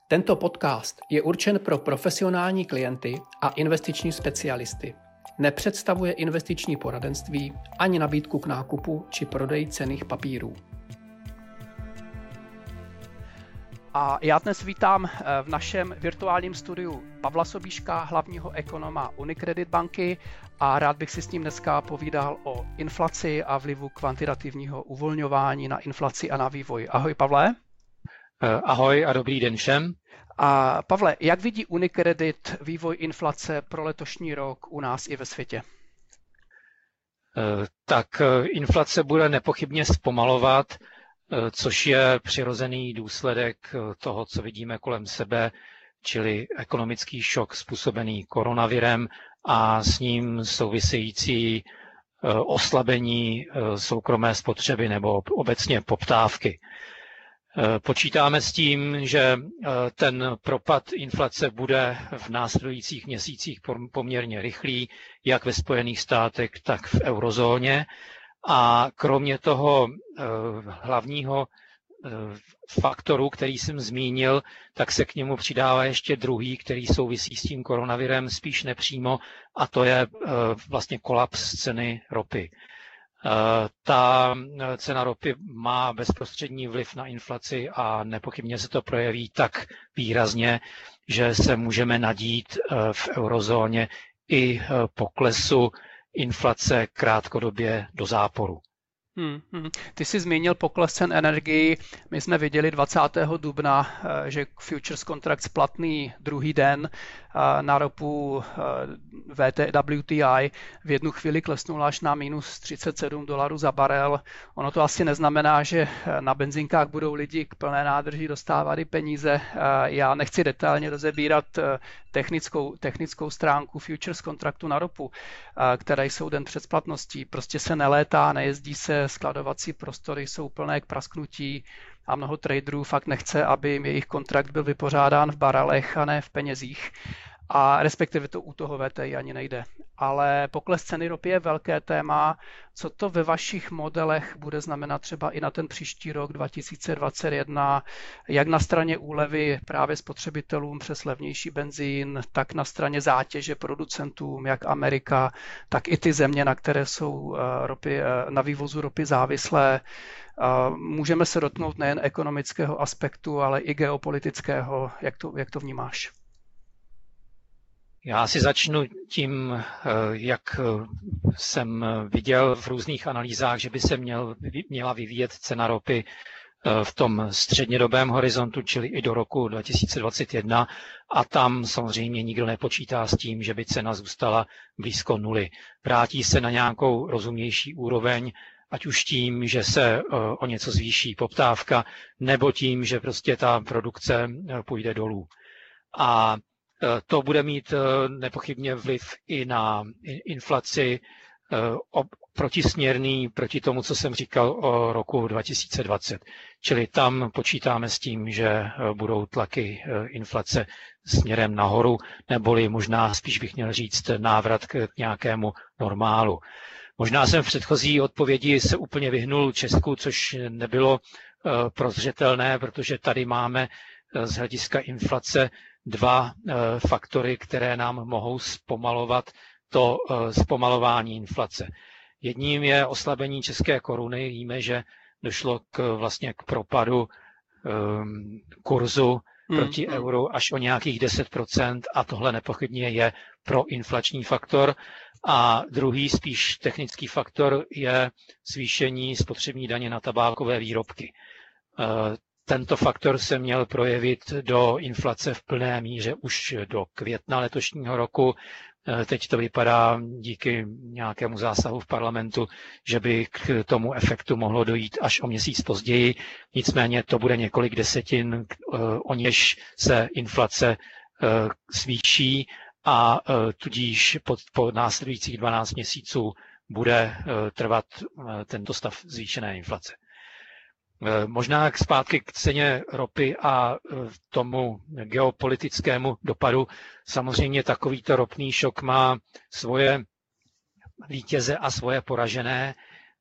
Tento podcast je určen pro profesionální klienty a investiční specialisty. Nepředstavuje investiční poradenství ani nabídku k nákupu či prodeji cenných papírů. A já dnes vítám v našem virtuálním studiu Pavla Sobíška, hlavního ekonoma Unicredit banky, a rád bych si s ním dneska povídal o inflaci a vlivu kvantitativního uvolňování na inflaci a na vývoj. Ahoj, Pavle. Ahoj a dobrý den všem. A Pavle, jak vidí Unicredit vývoj inflace pro letošní rok u nás i ve světě? Tak inflace bude nepochybně zpomalovat, což je přirozený důsledek toho, co vidíme kolem sebe, čili ekonomický šok způsobený koronavirem a s ním související oslabení soukromé spotřeby nebo obecně poptávky. Počítáme s tím, že ten propad inflace bude v následujících měsících poměrně rychlý, jak ve Spojených státech, tak v eurozóně. A kromě toho hlavního faktoru, který jsem zmínil, tak se k němu přidává ještě druhý, který souvisí s tím koronavirem spíš nepřímo, a to je vlastně kolaps ceny ropy. Ta cena ropy má bezprostřední vliv na inflaci a nepochybně se to projeví tak výrazně, že se můžeme nadít v eurozóně i poklesu inflace krátkodobě do záporu. Ty jsi zmínil pokles cen energií. My jsme viděli 20. dubna, že futures kontrakt splatný druhý den na ropu WTI v jednu chvíli klesnul až na minus $37 za barel. Ono to asi neznamená, že na benzinkách budou lidi k plné nádrži dostávat i peníze. Já nechci detailně rozebírat technickou stránku futures kontraktu na ropu, které jsou den před splatností. Prostě se nelétá, nejezdí se, skladovací prostory jsou plné k prasknutí a mnoho traderů fakt nechce, aby jejich kontrakt byl vypořádán v barelech a ne v penězích. A respektive to u toho VTI ani nejde. Ale pokles ceny ropy je velké téma. Co to ve vašich modelech bude znamenat třeba i na ten příští rok 2021, jak na straně úlevy právě spotřebitelům přes levnější benzín, tak na straně zátěže producentům, jak Amerika, tak i ty země, na které jsou na vývozu ropy závislé. Můžeme se dotknout nejen ekonomického aspektu, ale i geopolitického. Jak to vnímáš? Já si začnu tím, jak jsem viděl v různých analýzách, že by se měla vyvíjet cena ropy v tom střednědobém horizontu, čili i do roku 2021, a tam samozřejmě nikdo nepočítá s tím, že by cena zůstala blízko nuly. Vrátí se na nějakou rozumnější úroveň, ať už tím, že se o něco zvýší poptávka, nebo tím, že prostě ta produkce půjde dolů. A to bude mít nepochybně vliv i na inflaci, protisměrný proti tomu, co jsem říkal o roku 2020. Čili tam počítáme s tím, že budou tlaky inflace směrem nahoru, neboli možná spíš bych měl říct návrat k nějakému normálu. Možná jsem v předchozí odpovědi se úplně vyhnul Česku, což nebylo prozřetelné, protože tady máme z hlediska inflace dva faktory, které nám mohou zpomalovat to zpomalování inflace. Jedním je oslabení české koruny. Víme, že došlo k propadu kurzu proti euru až o nějakých 10%, a tohle nepochybně je proinflační faktor. A druhý, spíš technický faktor, je zvýšení spotřební daně na tabákové výrobky. Tento faktor se měl projevit do inflace v plné míře už do května letošního roku. Teď to vypadá díky nějakému zásahu v parlamentu, že by k tomu efektu mohlo dojít až o měsíc později. Nicméně to bude několik desetin, o něž se inflace zvýší, a tudíž po následujících 12 měsíců bude trvat tento stav zvýšené inflace. Možná zpátky k ceně ropy a tomu geopolitickému dopadu. Samozřejmě takovýto ropný šok má svoje vítěze a svoje poražené.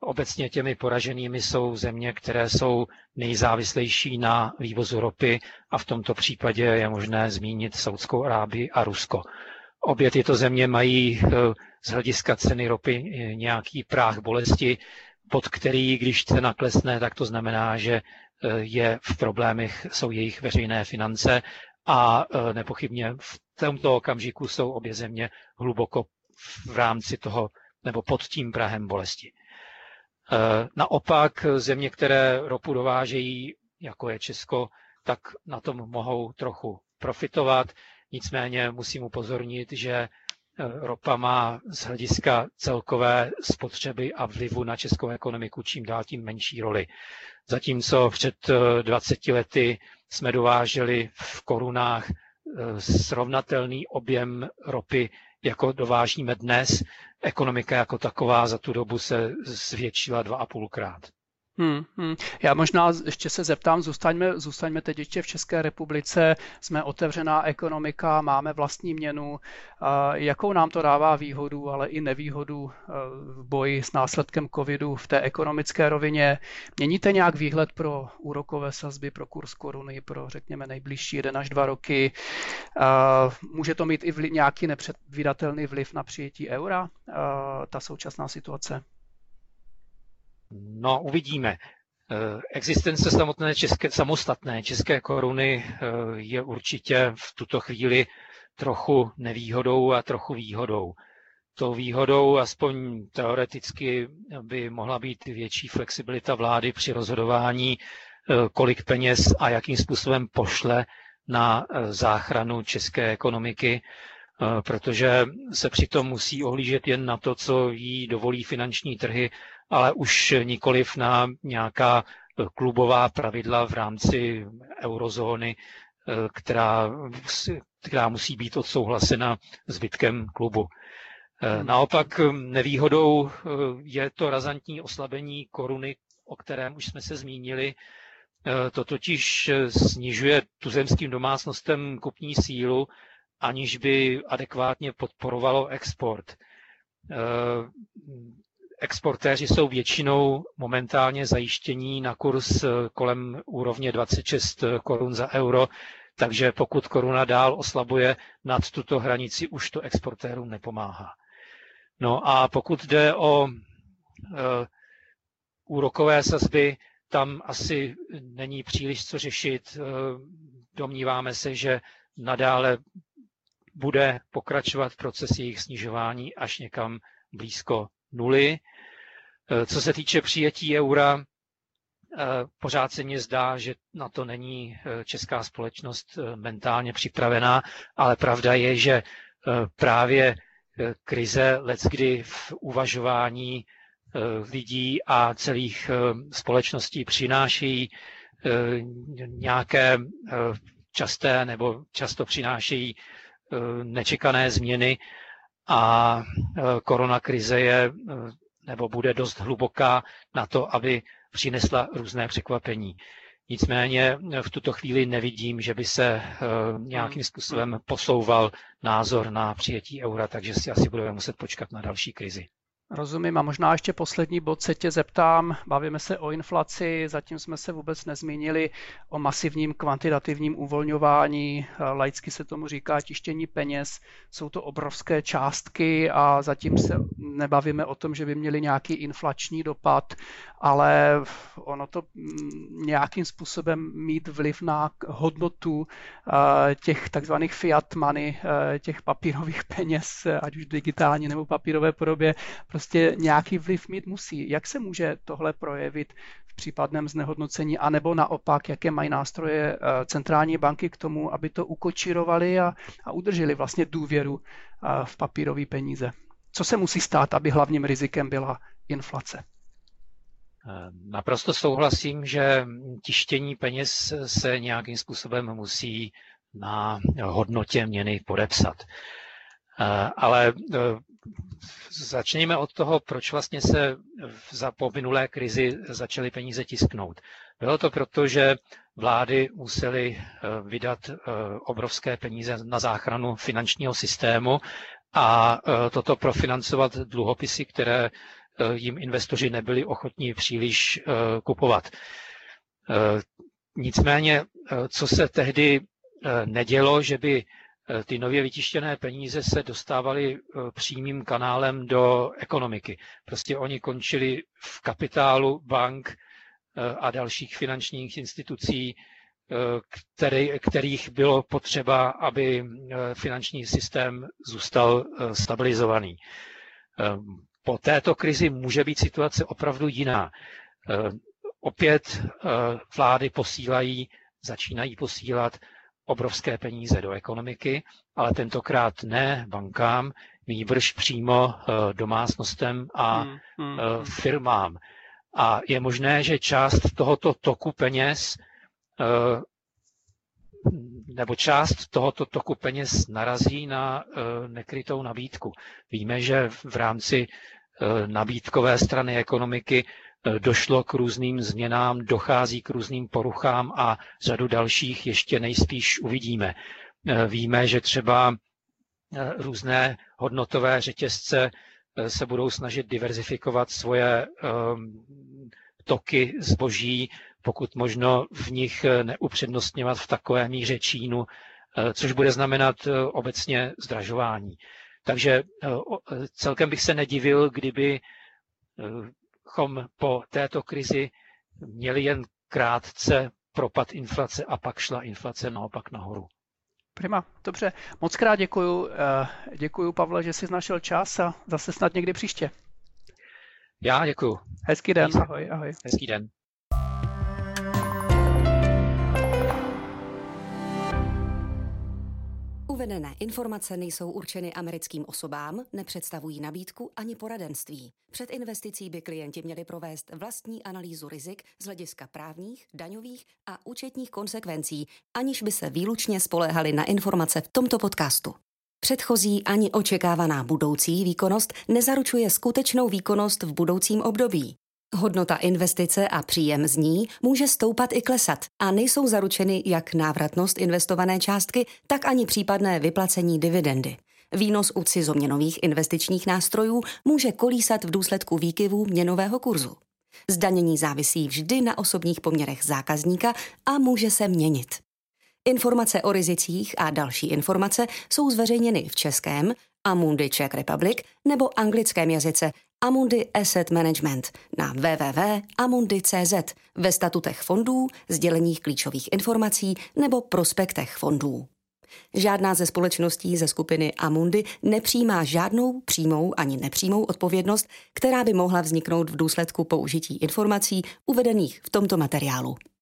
Obecně těmi poraženými jsou země, které jsou nejzávislejší na vývozu ropy a v tomto případě je možné zmínit Saudskou Arábii a Rusko. Obě tyto země mají z hlediska ceny ropy nějaký práh bolesti, pod který, když cena klesne, tak to znamená, že je v problémech, jsou jejich veřejné finance a nepochybně v tomto okamžiku jsou obě země hluboko v rámci toho nebo pod tím prahem bolesti. Naopak země, které ropu dovážejí, jako je Česko, tak na tom mohou trochu profitovat. Nicméně musím upozornit, že ropa má z hlediska celkové spotřeby a vlivu na českou ekonomiku čím dál tím menší roli. Zatímco před 20 lety jsme dováželi v korunách srovnatelný objem ropy, jako dovážíme dnes, ekonomika jako taková za tu dobu se zvětšila 2,5krát. Já možná ještě se zeptám, zůstaňme teď ještě v České republice, jsme otevřená ekonomika, máme vlastní měnu, jakou nám to dává výhodu, ale i nevýhodu v boji s následkem covidu v té ekonomické rovině. Měníte nějak výhled pro úrokové sazby, pro kurz koruny, pro řekněme nejbližší 1 až 2 roky? Může to mít i nějaký nepředvídatelný vliv na přijetí eura, ta současná situace? No, uvidíme. Existence samostatné české koruny je určitě v tuto chvíli trochu nevýhodou a trochu výhodou. Tou výhodou, aspoň teoreticky, by mohla být větší flexibilita vlády při rozhodování, kolik peněz a jakým způsobem pošle na záchranu české ekonomiky, protože se přitom musí ohlížet jen na to, co jí dovolí finanční trhy, ale už nikoliv na nějaká klubová pravidla v rámci eurozóny, která musí být odsouhlasena zbytkem klubu. Naopak nevýhodou je to razantní oslabení koruny, o kterém už jsme se zmínili. To totiž snižuje tuzemským domácnostem kupní sílu, aniž by adekvátně podporovalo export. Exportéři jsou většinou momentálně zajištění na kurz kolem úrovně 26 korun za euro, takže pokud koruna dál oslabuje nad tuto hranici, už to exportérům nepomáhá. No a pokud jde o úrokové sazby, tam asi není příliš co řešit. Domníváme se, že nadále bude pokračovat proces jejich snižování až někam blízko nuly. Co se týče přijetí eura, pořád se mně zdá, že na to není česká společnost mentálně připravená, ale pravda je, že právě krize leckdy v uvažování lidí a celých společností přinášejí nějaké časté nebo často přinášejí nečekané změny a koronakrize je nebo bude dost hluboká na to, aby přinesla různé překvapení. Nicméně v tuto chvíli nevidím, že by se nějakým způsobem posouval názor na přijetí eura, takže si asi budeme muset počkat na další krizi. Rozumím a možná ještě poslední bod se tě zeptám. Bavíme se o inflaci, zatím jsme se vůbec nezmínili o masivním kvantitativním uvolňování, laicky se tomu říká tištění peněz. Jsou to obrovské částky a zatím se nebavíme o tom, že by měly nějaký inflační dopad, ale ono to nějakým způsobem mít vliv na hodnotu těch takzvaných fiat money, těch papírových peněz, ať už digitální nebo papírové podobě, prostě nějaký vliv mít musí. Jak se může tohle projevit v případném znehodnocení, anebo naopak, jaké mají nástroje centrální banky k tomu, aby to ukočírovali a udrželi vlastně důvěru v papírové peníze? Co se musí stát, aby hlavním rizikem byla inflace? Naprosto souhlasím, že tištění peněz se nějakým způsobem musí na hodnotě měny podepsat. Ale začněme od toho, proč vlastně se po minulé krizi začaly peníze tisknout. Bylo to proto, že vlády musely vydat obrovské peníze na záchranu finančního systému a toto profinancovat dluhopisy, které jim investoři nebyli ochotní příliš kupovat. Nicméně, co se tehdy nedělo, že by ty nově vytištěné peníze se dostávaly přímým kanálem do ekonomiky. Prostě oni končili v kapitálu bank a dalších finančních institucí, kterých bylo potřeba, aby finanční systém zůstal stabilizovaný. Po této krizi může být situace opravdu jiná. Opět vlády začínají posílat obrovské peníze do ekonomiky, ale tentokrát ne bankám, nýbrž přímo domácnostem a firmám. A je možné, že část tohoto toku peněz narazí na nekrytou nabídku. Víme, že v rámci nabídkové strany ekonomiky došlo k různým změnám, dochází k různým poruchám a řadu dalších ještě nejspíš uvidíme. Víme, že třeba různé hodnotové řetězce se budou snažit diverzifikovat svoje toky zboží, pokud možno v nich neupřednostňovat v takové míře Čínu, což bude znamenat obecně zdražování. Takže celkem bych se nedivil, kdybychom po této krizi měli jen krátce propad inflace a pak šla inflace naopak nahoru. Prima, dobře. Moc krát děkuju. Děkuju, Pavle, že jsi našel čas a zase snad někdy příště. Já děkuju. Hezký den. Ahoj, ahoj. Hezký den. Uvedené informace nejsou určeny americkým osobám, nepředstavují nabídku ani poradenství. Před investicí by klienti měli provést vlastní analýzu rizik z hlediska právních, daňových a účetních konsekvencí, aniž by se výlučně spoléhali na informace v tomto podcastu. Předchozí ani očekávaná budoucí výkonnost nezaručuje skutečnou výkonnost v budoucím období. Hodnota investice a příjem z ní může stoupat i klesat a nejsou zaručeny jak návratnost investované částky, tak ani případné vyplacení dividendy. Výnos u cizoměnových investičních nástrojů může kolísat v důsledku výkyvů měnového kurzu. Zdanění závisí vždy na osobních poměrech zákazníka a může se měnit. Informace o rizicích a další informace jsou zveřejněny v českém Amundi Czech Republic nebo anglickém jazyce Amundi Asset Management na www.amundi.cz, ve statutech fondů, sděleních klíčových informací nebo prospektech fondů. Žádná ze společností ze skupiny Amundi nepřijímá žádnou přímou ani nepřímou odpovědnost, která by mohla vzniknout v důsledku použití informací uvedených v tomto materiálu.